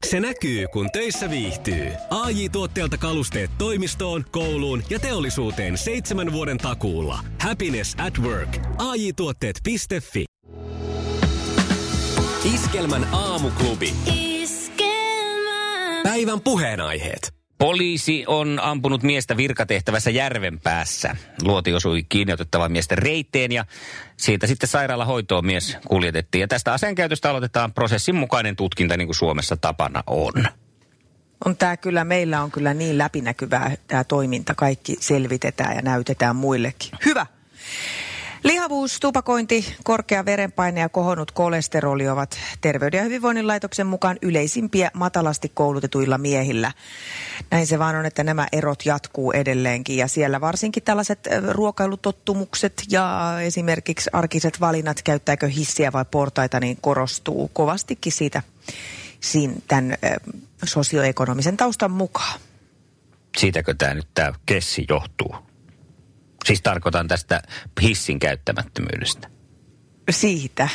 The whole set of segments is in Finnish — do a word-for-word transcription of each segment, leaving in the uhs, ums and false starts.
Se näkyy, kun töissä viihtyy. A J-tuotteelta kalusteet toimistoon, kouluun ja teollisuuteen seitsemän vuoden takuulla. Happiness at work. A J tuotteet piste fi. Iskelmän aamuklubi. Iskelmä. Päivän puheenaiheet. Poliisi on ampunut miestä virkatehtävässä Järvenpäässä. Luoti osui kiinni otettavan miesten reiteen ja siitä sitten sairaalahoitoon mies kuljetettiin. Ja tästä aseenkäytöstä aloitetaan prosessin mukainen tutkinta, niin kuin Suomessa tapana on. On tämä kyllä, meillä on kyllä niin läpinäkyvää tämä toiminta. Kaikki selvitetään ja näytetään muillekin. Hyvä! Lihavuus, tupakointi, korkea verenpaine ja kohonnut kolesteroli ovat Terveyden ja hyvinvoinnin laitoksen mukaan yleisimpiä matalasti koulutetuilla miehillä. Näin se vaan on, että nämä erot jatkuu edelleenkin ja siellä varsinkin tällaiset ruokailutottumukset ja esimerkiksi arkiset valinnat, käyttääkö hissiä vai portaita, niin korostuu kovastikin siitä tämän sosioekonomisen taustan mukaan. Siitäkö tämä nyt tämä kessi johtuu? Siis tarkoitan tästä hissin käyttämättömyydestä. Siitä.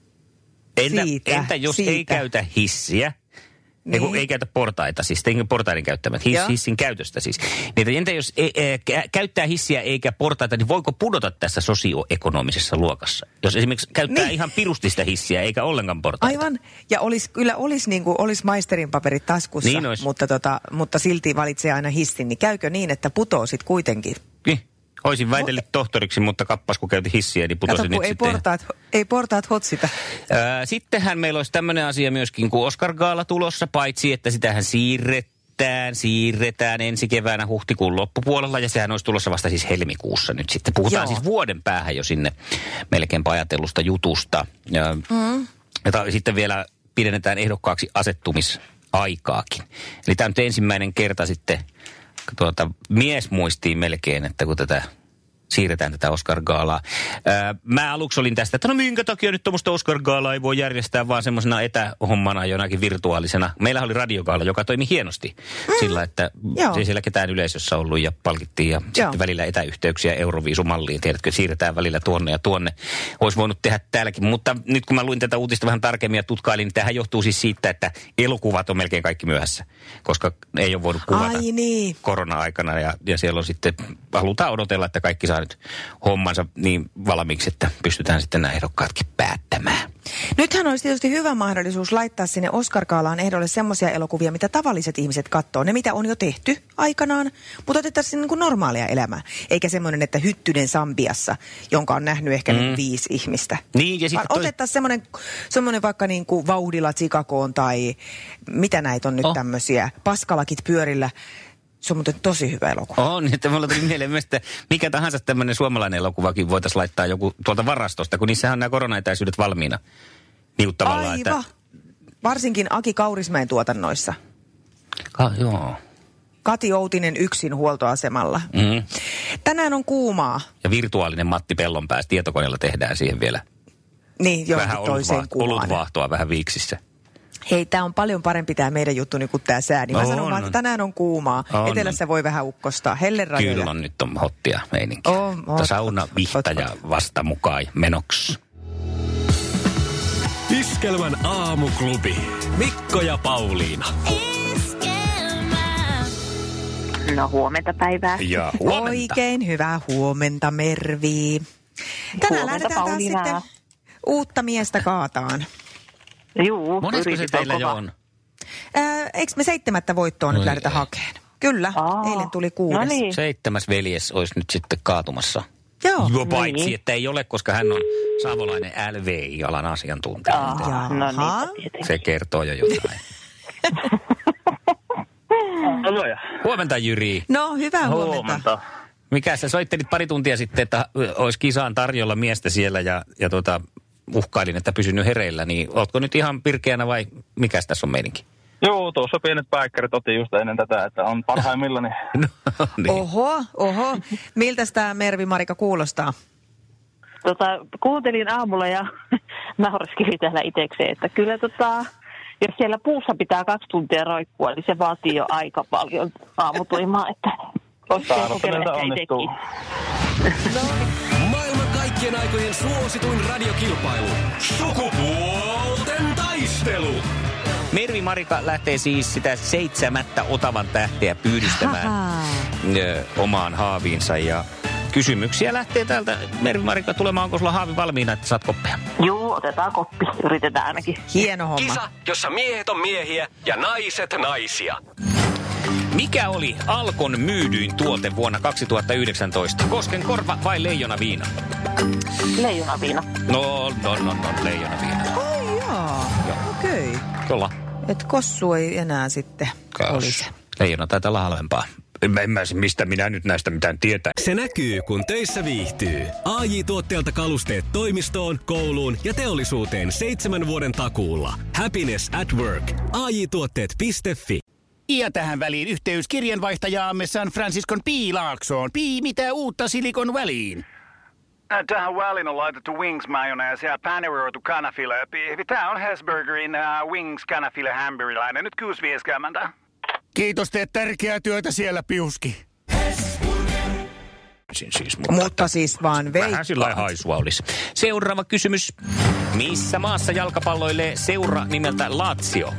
Entä, siitä, entä jos siitä. ei käytä hissiä, niin. ei, ei käytä portaita, siis portaiden käyttämät, Hiss, hissin käytöstä siis. Niin, entä jos ei, ei, käyttää hissiä eikä portaita, niin voiko pudota tässä sosioekonomisessa luokassa? Jos esimerkiksi käyttää niin. ihan pirustista hissiä eikä ollenkaan portaita. Aivan, ja olis, kyllä olisi niin kuin, olis maisterin paperit taskussa, niin mutta, tota, mutta silti valitsee aina hissin, niin käykö niin, että putoo sit kuitenkin? Niin. Olisin väitellyt no. tohtoriksi, mutta kappas kun käytin hissiä, niin putosin Kato, nyt ei sitten. Portaat, ei portaat hotsita. Ää, sittenhän meillä olisi tämmöinen asia myöskin kuin Oscar-gaala tulossa, paitsi että sitähän siirretään, siirretään ensi keväänä huhtikuun loppupuolella, ja sehän olisi tulossa vasta siis helmikuussa nyt sitten. Puhutaan Joo. siis vuoden päähän jo sinne melkeinpä ajatellusta jutusta. Ja, mm. ja sitten vielä pidennetään ehdokkaaksi asettumisaikaakin. Eli tämä on nyt ensimmäinen kerta sitten tuota, mies muistiin melkein, että kun tätä siirretään tätä Oscar-gaalaa. Ää, mä aluksi olin tästä, että no minkä takia nyt tuommoista Oscar-gaalaa ei voi järjestää vaan semmoisena etähommana jonakin virtuaalisena. Meillä oli radiogaala, joka toimi hienosti mm. sillä, että Joo. ei siellä ketään yleisössä ollut ja palkittiin ja Joo. sitten välillä etäyhteyksiä Euroviisumalliin. Tiedätkö, siirretään välillä tuonne ja tuonne. Olisi voinut tehdä täälläkin, mutta nyt kun mä luin tätä uutista vähän tarkemmin ja tutkailin, niin tämähän johtuu siis siitä, että elokuvat on melkein kaikki myöhässä, koska ei ole voinut kuvata Ai niin. korona-aikana ja, ja siellä on sitten, halutaan odotella, että kaikki saa nyt hommansa niin valmiiksi, että pystytään sitten nämä ehdokkaatkin päättämään. Nythän olisi tietysti hyvä mahdollisuus laittaa sinne Oscar-gaalaan ehdolle semmoisia elokuvia, mitä tavalliset ihmiset katsoo. Ne, mitä on jo tehty aikanaan, mutta otettaisiin niin kuin normaalia elämää. Eikä semmoinen, että Hyttynen Sambiassa, jonka on nähnyt ehkä mm. viisi ihmistä. Niin, ja sitten toi... otettaisiin semmoinen, semmoinen vaikka niin kuin Vauhdilla Chicagoon tai mitä näitä on nyt oh. tämmöisiä, Paskalakit pyörillä. Se on muuten tosi hyvä elokuva. On, että mulla tuli mieleen myös, että mikä tahansa tämmöinen suomalainen elokuvakin voitaisiin laittaa joku tuolta varastosta, kun niissähän on nämä koronaetäisyydet valmiina. Niin tavallaan, Aivan. Että... Varsinkin Aki Kaurismäen tuotannoissa. Ka- joo. Kati Outinen yksin huoltoasemalla. Mm-hmm. Tänään on kuumaa. Ja virtuaalinen Matti Pellonpää, tietokoneella tehdään siihen vielä. Niin, johonkin toiseen kuumaan. Olutvaahtoa vähän viiksissä. Hei, tämä on paljon parempi tämä meidän juttu niin kuin tämä sää. Niin mä on, sanon vaan, että tänään on kuumaa. On, Etelässä on. Voi vähän ukkostaa. Hellerajoja. Kyllä on, nyt on hottia meininkiä. On, hot, sauna, hot, vihta hot, ja hot. vasta mukaan menoksi. Iskelmän aamuklubi. Mikko ja Pauliina. Iskelmä. No huomenta päivää. Ja huomenta. Oikein hyvää huomenta, Mervi. Tänään huomenta, lähdetään Pauliina. taas sitten uutta miestä kaataan. Juu, monesko se teillä jo on? Ää, eikö me seitsemättä voittoa nyt lähdetä hakemaan? Kyllä, Aa, eilen tuli kuudes. No niin. Seitsemäs veljes olisi nyt sitten kaatumassa. Joo. Jo paitsi, niin. että ei ole, koska hän on saavolainen L V I-alan asiantuntija. Aa, no niin, se kertoo jo jotain. Huomenta, Jyri. No, hyvää huomenta. huomenta. Mikä sä soittelit pari tuntia sitten, että olisi kisaan tarjolla miestä siellä ja, ja tota, uhkailin, että pysynyt hereillä, niin ootko nyt ihan pirkeänä vai mikäs tässä on meininki? Joo, tuossa pienet päikkärit otin just ennen tätä, että on parhaimmillani. No, niin. Oho, oho. Miltä tämä Mervi Marika kuulostaa? Tota, kuuntelin aamulla ja naureskelin täällä itsekseen, että kyllä tota, jos siellä puussa pitää kaksi tuntia roikkua, niin se vaatii jo aika paljon aamutuimaa, että olisi kokeilla ehkä itsekin. Maailman kaikkien aikojen suosituin radiokilpailu. Sukupuolten taistelu. Mervi Marika lähtee siis sitä seitsemättä Otavan tähteä pyydystämään ö, omaan haaviinsa. Ja kysymyksiä lähtee täältä. Mervi Marika tulemaan, onko sulla haavi valmiina, että saat koppeja? Juu, otetaan koppi. Yritetään ainakin. Hieno homma. Kisa, jossa miehet on miehiä ja naiset naisia. Mikä oli Alkon myydyin tuote vuonna kaksituhattayhdeksäntoista? Kosken korva vai leijonaviina? Leijonaviina. No, no, no, no, leijonaviina. Ai jaa, okei. Okay. Kyllä. Et kossu ei enää sitten olisi. Leijona taitaa olla halvempaa. En, en mä mistä minä nyt näistä mitään tietää. Se näkyy, kun töissä viihtyy. A J-tuotteelta kalusteet toimistoon, kouluun ja teollisuuteen seitsemän vuoden takuulla. Happiness at work. A J tuotteet piste fi. Ja tähän väliin yhteys kirjanvaihtajaamme San Franciscon Piilaaksoon. Pii, mitä uutta Silikon väliin? Tähän väliin on laitettu wings mayonnaise ja paneroitu kanafila. Tämä on Hesburgerin uh, wings kanafila hamburilainen. Nyt kuusi vieskäämäntä. Kiitos, teet tärkeää työtä siellä, Piuski. Siis, mutta, Mutta siis vaan veikkaat. Vähän sillä haisua olisi. Seuraava kysymys. Missä maassa jalkapalloilee seura nimeltä Lazio?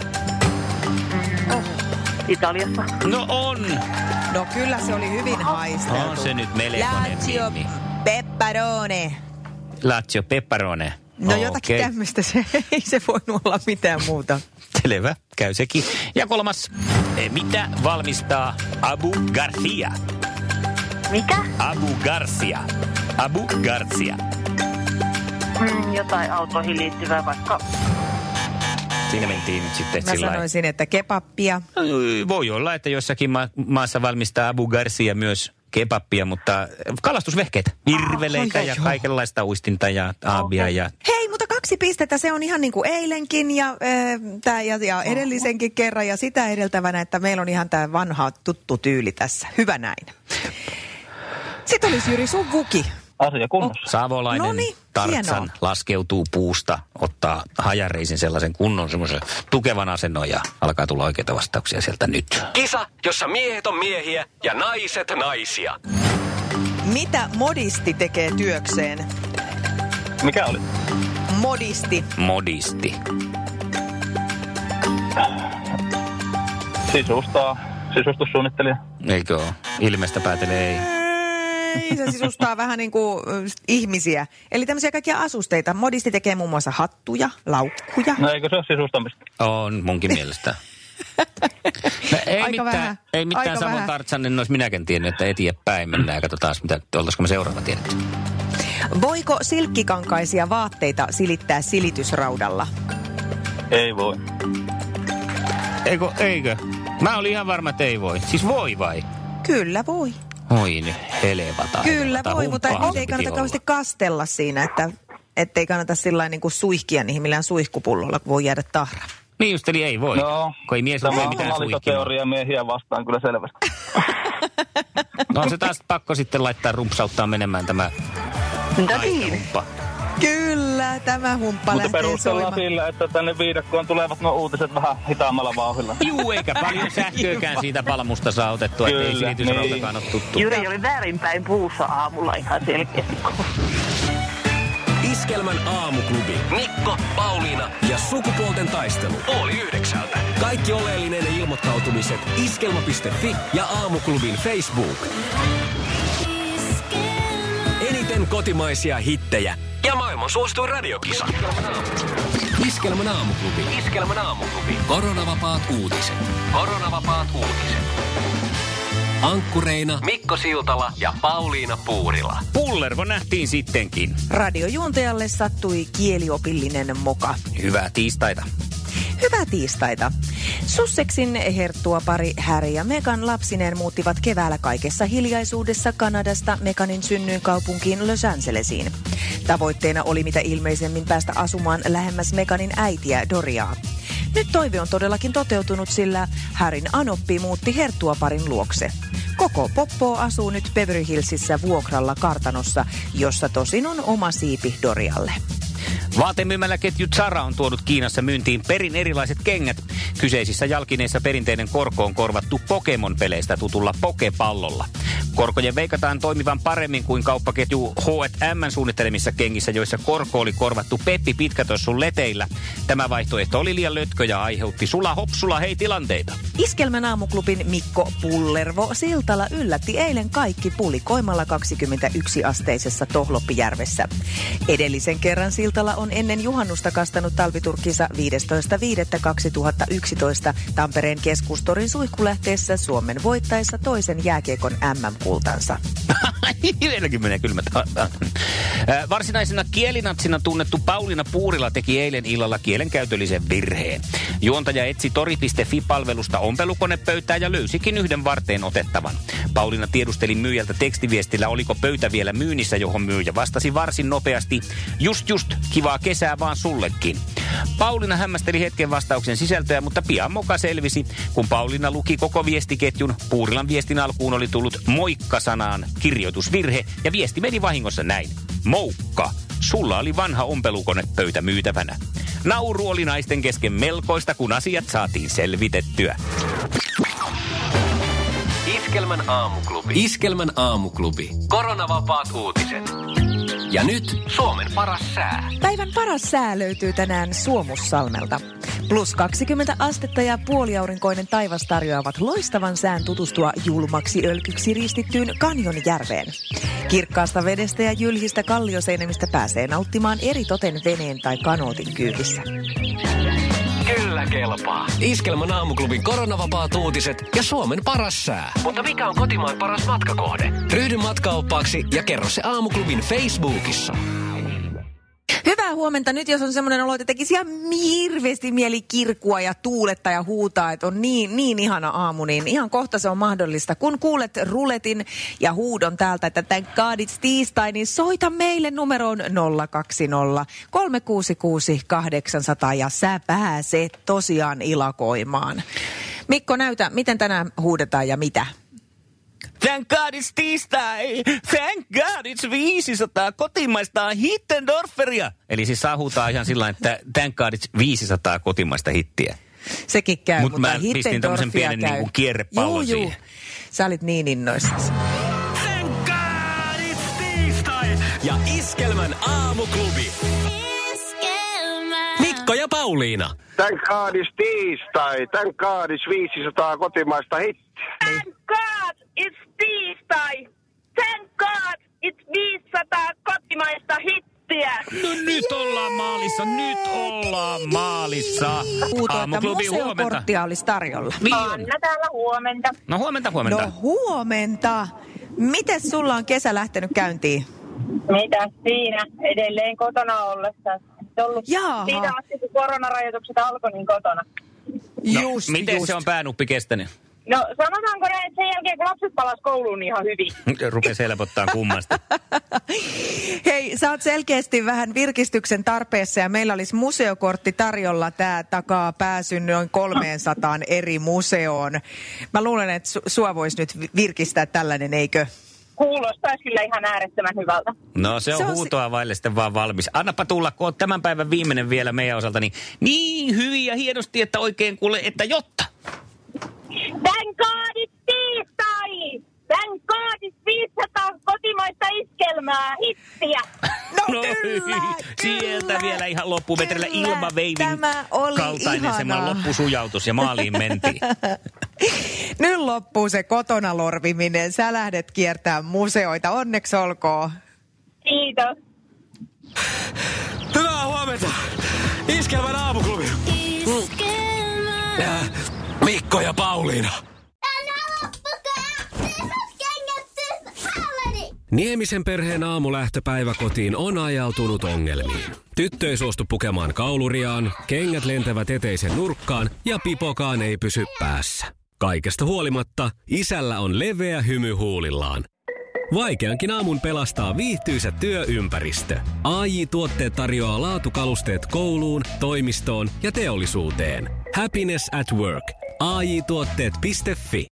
Oh, Italiassa. No on. No kyllä se oli hyvin haisteltu. On se nyt melkoinen Lazio nimi. Pepparone. Lazio Pepparone. No okay. Jotakin tämmöistä, se ei se voinut olla mitään muuta. Selvä, käy sekin. Ja kolmas. Mitä valmistaa Abu Garcia? Mikä? Abu Garcia. Abu Garcia. Mm, jotain autoihin liittyvää vaikka. Siinä mentiin nyt sitten Mä sillä sanoisin, että kebappia. Voi olla, että jossakin ma- maassa valmistaa Abu Garcia myös kebappia, mutta kalastusvehkeitä. Virveleitä oh, ja joo. kaikenlaista uistinta ja aabia. Okay. Ja... Hei, mutta kaksi pistettä, se on ihan niin kuin eilenkin ja, äh, tää, ja, ja edellisenkin kerran ja sitä edeltävänä, että meillä on ihan tämä vanha tuttu tyyli tässä. Hyvä näin. Sitten olisi Jyri sun vuki. Asia kunnossa. Savolainen Noniin, Tartsan hienoa. laskeutuu puusta, ottaa hajareisin sellaisen kunnon semmoisen tukevan asennon ja alkaa tulla oikeita vastauksia sieltä nyt. Kisa, jossa miehet on miehiä ja naiset naisia. Mitä modisti tekee työkseen? Mikä oli? Modisti. Modisti. Sisustaa. Sisustussuunnittelija. Eikö ole? Ilmestä päätelee ei. Ei, se sisustaa vähän niin kuin äh, ihmisiä. Eli tämmöisiä kaikkia asusteita. Modisti tekee muun muassa hattuja, laukkuja. No eikö se ole sisustamista? On munkin mielestä. No, ei Aika mitään, vähän. ei mitään Aika Savon vähän. Tartsan, en olisi minäkin tiennyt, että eteenpäin mennään. Ja katsotaan, mitä, oltaisiko me seuraava tiedetty. Voiko silkkikankaisia vaatteita silittää silitysraudalla? Ei voi. Eikö, eikö? Mä olin ihan varma, että ei voi. Siis voi vai? Kyllä voi. Oi nyt, helevata. Kyllä voi, mutta humppaahan nyt se ei piti kannata olla. kauheasti kastella siinä, että ettei kannata sillä niin kuin suihkia niihin millään suihkupullolla, kun voi jäädä tahra. Niin just, eli ei voi. No, kun ei mies tämä ole on mitään suihkimaan. salaliittoteoria miehiä vastaan kyllä selvästi. No on se taas pakko sitten laittaa rumpsauttaa menemään tämä naistenhumppa. Kyllä, tämä humppa Mutta lähtee perustellaan soimaan. sillä, että tänne viidakkoon tulevat nuo uutiset vähän hitaammalla vauhdilla. Juu, eikä paljon sähköäkään siitä palmusta saa otettua, että ei Kyllä, silitysrautakaan niin. ole tuttu. Jyri oli väärinpäin puussa aamulla ihan selkeästi. Iskelmän aamuklubi. Mikko, Pauliina ja sukupuolten taistelu. Oli yhdeksältä. Kaikki oleellinen ilmoittautumiset iskelma piste fi ja aamuklubin Facebook. Eniten kotimaisia hittejä ja maailman suosituin radiokisa. Iskelmän aamuklubi. Iskelmän aamuklubi. Koronavapaat uutiset. Koronavapaat uutiset. Ankkureina Mikko Siltala ja Pauliina Puurila. Pullervo nähtiin sittenkin. Radiojuontajalle sattui kieliopillinen moka. Hyvää tiistaita. Hyvää tiistaita. Sussexin herttua pari Harry ja Meghan lapsineen muuttivat keväällä kaikessa hiljaisuudessa Kanadasta Meghanin synnyinkaupunkiin Los Angelesiin. Tavoitteena oli mitä ilmeisemmin päästä asumaan lähemmäs Meghanin äitiä Doriaa. Nyt toive on todellakin toteutunut, sillä Harryn anoppi muutti herttuaparin luokse. Koko poppo asuu nyt Beverly Hillsissä vuokralla kartanossa, jossa tosin on oma siipi Dorialle. Vaatemyymäläketju Zara on tuonut Kiinassa myyntiin perin erilaiset kengät. Kyseisissä jalkineissa perinteinen korko on korvattu Pokemon-peleistä tutulla pokepallolla. Korkojen veikataan toimivan paremmin kuin kauppaketju H and M suunnittelemissa kengissä, joissa korko oli korvattu Peppi Pitkätossun leteillä. Tämä vaihtoehto oli liian lötkö ja aiheutti sula hopsula hei tilanteita. Iskelmän aamuklubin Mikko Pullervo Siltala yllätti eilen kaikki pulikoimalla kaksikymmentäyksi-asteisessa Tohloppijärvessä. Edellisen kerran Siltala on ennen juhannusta kastanut talviturkkinsa viidestoista viidettä kaksituhattayksitoista Tampereen Keskustorin suihkulähteessä Suomen voittaessa toisen jääkiekon M M-kultansa. Vieläkin menee kylmät. Varsinaisena kielinatsina tunnettu Pauliina Puurila teki eilen illalla kielenkäytöllisen virheen. Juontaja etsi tori piste fi-palvelusta ompelukonepöytää ja löysikin yhden varteen otettavan. Pauliina tiedusteli myyjältä tekstiviestillä, oliko pöytä vielä myynnissä, johon myyjä vastasi varsin nopeasti, just just, kivaa kesää vaan sullekin. Pauliina hämmästeli hetken vastauksen sisältöä, mutta pian moka selvisi. Kun Pauliina luki koko viestiketjun, Puurilan viestin alkuun oli tullut moikka-sanaan kirjoitusvirhe ja viesti meni vahingossa näin. Moukka, sulla oli vanha ompelukonepöytä myytävänä. Nauru oli naisten kesken melkoista, kun asiat saatiin selvitettyä. Iskelmän aamuklubi. Iskelmän aamuklubi. Koronavapaat uutiset. Ja nyt Suomen paras sää. Päivän paras sää löytyy tänään Suomussalmelta. Plus kaksikymmentä astetta ja puoliaurinkoinen taivas tarjoavat loistavan sään tutustua julmaksi ölkyksi ristittyyn Kanjonjärveen. Kirkkaasta vedestä ja jylhistä kallioseinämistä pääsee nauttimaan eritoten veneen tai kanootin kyydissä. Kyllä kelpaa. Iskelmän aamuklubin koronavapaat uutiset ja Suomen paras sää. Mutta mikä on kotimaan paras matkakohde? Ryhdy matkaoppaaksi ja kerro se aamuklubin Facebookissa. Hyvää huomenta. Nyt jos on semmoinen olo, että tekisi ihan hirveästi mieli kirkua ja tuuletta ja huutaa, että on niin, niin ihana aamu, niin ihan kohta se on mahdollista. Kun kuulet ruletin ja huudon täältä, että thank God it's tiistai, niin soita meille numeroon nolla kaksi nolla kolme kuusi kuusi kahdeksan nolla nolla ja sä pääset tosiaan ilakoimaan. Mikko, näytä, miten tänään huudetaan ja mitä? Thank God it's tiistai! Thank God it's viisisataa kotimaista Hittendorferia! Eli siis saa huutaa ihan sillä että thank God it's viisisataa kotimaista hittiä. Sekin käy, Mut mutta mä pistin tämmöisen pienen käy. Niinku kierrepallon juu, juu. siihen. Sä olit niin innoissasi. Thank God it's tiistai! Ja Iskelmän aamuklubi. Iskelmä. Mikko ja Pauliina. Thank God it's tiistai. Thank God it's viisisataa kotimaista hittiä. Thank God it's tiistai. Thank God it's viisisataa kotimaista hittiä. No nyt ollaan maalissa, nyt ollaan maalissa. Huuto, että museokorttia olisi tarjolla. Anna täällä huomenta. No huomenta, huomenta. No huomenta. Miten sulla on kesä lähtenyt käyntiin? Mitäs siinä? Edelleen kotona ollessa. Ollut Jaaha. siitä asti, kun koronarajoitukset alkoi, niin kotona. No, Just, miten just. se on päänuppi kestänyt? No sanotaanko näin, että sen jälkeen kun lapset palas kouluun, niin ihan hyvin. Rupesi helpottaa kummasta. Hei, sä oot selkeästi vähän virkistyksen tarpeessa ja meillä olisi museokortti tarjolla. Tää takaa pääsyn noin kolmeensataan eri museoon. Mä luulen, että su- sua voisi nyt virkistää tällainen, eikö? Kuulostaisi kyllä ihan äärettömän hyvältä. No se on, Se on huutoa si- vaille sitten vaan valmis. Annapa tulla, kun oot tämän päivän viimeinen vielä meidän osalta, niin, niin hyvin ja hienosti, että oikein kuule, että jotta. Thank God it's tiistai! Thank God it's viisisataa kotimaista iskelmää, hittiä! No, No kyllä, sieltä kyllä, vielä ihan loppumetreillä kyllä. ilmaveivin Tämä oli kaltainen ihanaa. semmoinen loppusujautus ja maaliin mentiin. Nyt loppuu se kotona lorviminen. Sä lähdet kiertämään museoita. Onneksi olkoon. Kiitos. Hyvää huomenta. Iskelmän aamuklubi. Iskelmä. Äh, Mikko ja Pauliina. Niemisen perheen aamulähtöpäivä kotiin on ajautunut ongelmiin. Tyttö ei suostu pukemaan kauluriaan, kengät lentävät eteisen nurkkaan ja pipokaan ei pysy päässä. Kaikesta huolimatta isällä on leveä hymy huulillaan. Vaikeankin aamun pelastaa viihtyisä työympäristö. A J-tuotteet tarjoaa laatukalusteet kouluun, toimistoon ja teollisuuteen. Happiness at work. A J tuotteet piste fi